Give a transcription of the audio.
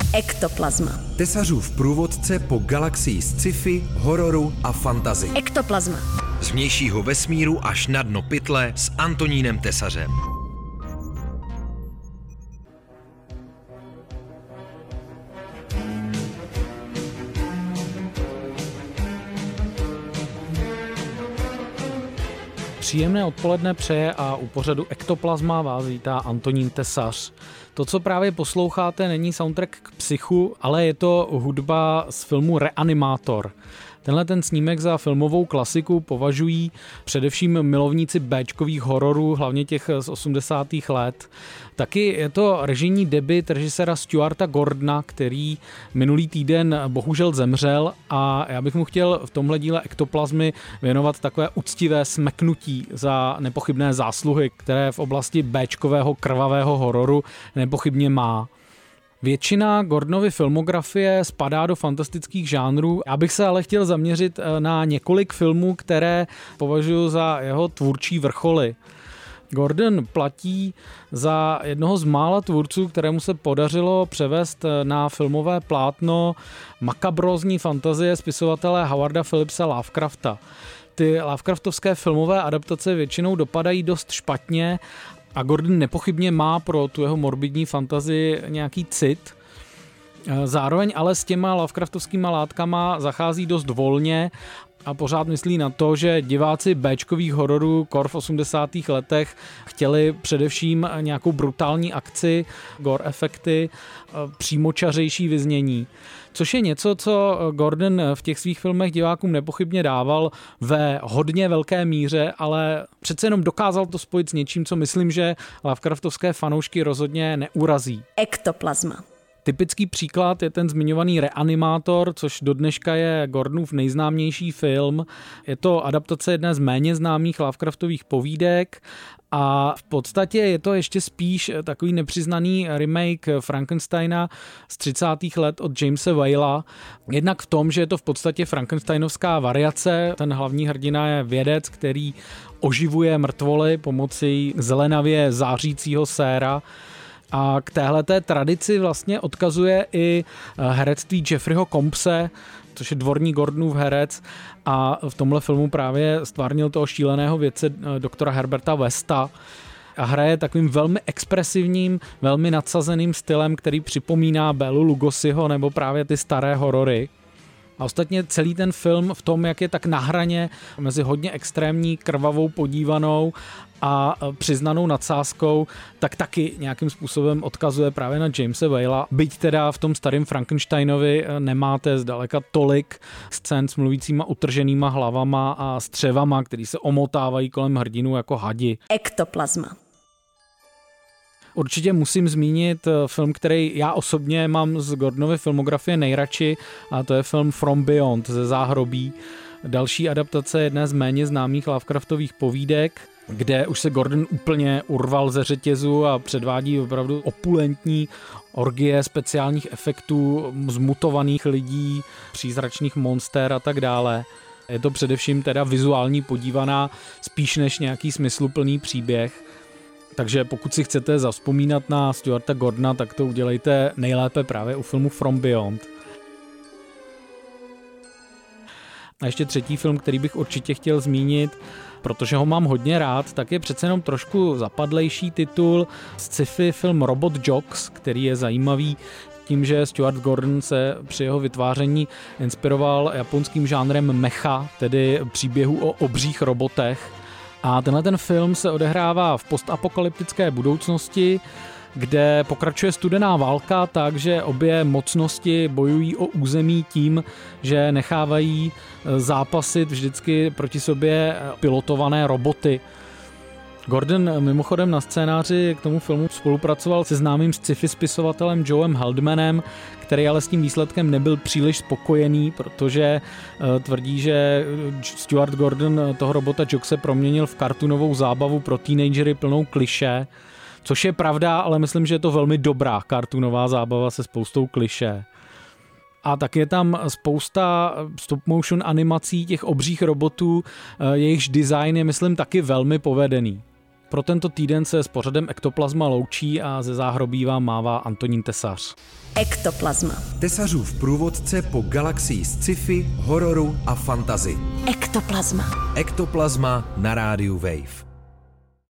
Ektoplazma. Tesařův průvodce po galaxii sci-fi, hororu a fantasy. Ektoplazma. Z vnějšího vesmíru až na dno pytle s Antonínem Tesařem. Příjemné odpoledne přeje a u pořadu Ektoplazma vás vítá Antonín Tesař. To, co právě posloucháte, není soundtrack k Psychu, ale je to hudba z filmu Reanimátor. Tenhle ten snímek za filmovou klasiku považují především milovníci béčkových hororů, hlavně těch z 80. let. Taky je to režijní debut režiséra Stuarta Gordona, který minulý týden bohužel zemřel, a já bych mu chtěl v tomhle díle Ektoplazmy věnovat takové uctivé smeknutí za nepochybné zásluhy, které v oblasti béčkového krvavého hororu nepochybně má. Většina Gordonovy filmografie spadá do fantastických žánrů. Já bych se ale chtěl zaměřit na několik filmů, které považuji za jeho tvůrčí vrcholy. Gordon platí za jednoho z mála tvůrců, kterému se podařilo převést na filmové plátno makabrózní fantazie spisovatele Howarda Phillipse Lovecrafta. Ty Lovecraftovské filmové adaptace většinou dopadají dost špatně a Gordon nepochybně má pro tu jeho morbidní fantazii nějaký cit. Zároveň ale s těma Lovecraftovskýma látkama zachází dost volně a pořád myslí na to, že diváci béčkových hororů kor v 80. letech chtěli především nějakou brutální akci, gore efekty, přímočařejší vyznění. Což je něco, co Gordon v těch svých filmech divákům nepochybně dával ve hodně velké míře, ale přece jenom dokázal to spojit s něčím, co myslím, že Lovecraftovské fanoušky rozhodně neurazí. Ektoplazma. Typický příklad je ten zmiňovaný Reanimátor, což do dneška je Gordonův nejznámější film. Je to adaptace jedné z méně známých Lovecraftových povídek a v podstatě je to ještě spíš takový nepřiznaný remake Frankensteina z 30. let od Jamese Whalea. Jednak v tom, že je to v podstatě Frankensteinovská variace. Ten hlavní hrdina je vědec, který oživuje mrtvoly pomocí zelenavě zářícího séra. A k téhleté tradici vlastně odkazuje i herectví Jeffreyho Combse, což je dvorní Gordonův herec, a v tomhle filmu právě stvárnil toho šíleného vědce doktora Herberta Westa a hraje takovým velmi expresivním, velmi nadsazeným stylem, který připomíná Bélu Lugosiho nebo právě ty staré horory. A ostatně celý ten film v tom, jak je tak na hraně mezi hodně extrémní, krvavou podívanou a přiznanou nadsázkou, tak taky nějakým způsobem odkazuje právě na Jamese Whalea. Byť teda v tom starém Frankensteinovi nemáte zdaleka tolik scén s mluvícíma utrženýma hlavama a střevama, který se omotávají kolem hrdinů jako hadi. Ektoplazma. Určitě musím zmínit film, který já osobně mám z Gordonovy filmografie nejradši, a to je film From Beyond, ze záhrobí. Další adaptace jedné z méně známých Lovecraftových povídek, kde už se Gordon úplně urval ze řetězu a předvádí opravdu opulentní orgie speciálních efektů, zmutovaných lidí, přízračných monster a tak dále. Je to především teda vizuální podívaná, spíš než nějaký smysluplný příběh. Takže pokud si chcete zavzpomínat na Stuarta Gordona, tak to udělejte nejlépe právě u filmu From Beyond. A ještě třetí film, který bych určitě chtěl zmínit, protože ho mám hodně rád, tak je přece jenom trošku zapadlejší titul, sci-fi film Robot Jox, který je zajímavý tím, že Stuart Gordon se při jeho vytváření inspiroval japonským žánrem mecha, tedy příběhu o obřích robotech. A tenhle ten film se odehrává v postapokalyptické budoucnosti, kde pokračuje studená válka, takže obě mocnosti bojují o území tím, že nechávají zápasit vždycky proti sobě pilotované roboty. Gordon mimochodem na scénáři k tomu filmu spolupracoval se známým sci-fi spisovatelem Joem Haldemanem, který ale s tím výsledkem nebyl příliš spokojený, protože tvrdí, že Stuart Gordon toho robota Joxe proměnil v kartunovou zábavu pro teenagery plnou klišé, což je pravda, ale myslím, že je to velmi dobrá kartunová zábava se spoustou klišé. A tak je tam spousta stop-motion animací těch obřích robotů, jejichž design je, myslím, taky velmi povedený. Pro tento týden se s pořadem Ektoplazma loučí a ze záhrobí vám mává Antonín Tesař. Ektoplazma. Tesařův průvodce po galaxii sci-fi, hororu a fantasy. Ektoplazma. Ektoplazma na rádiu Wave.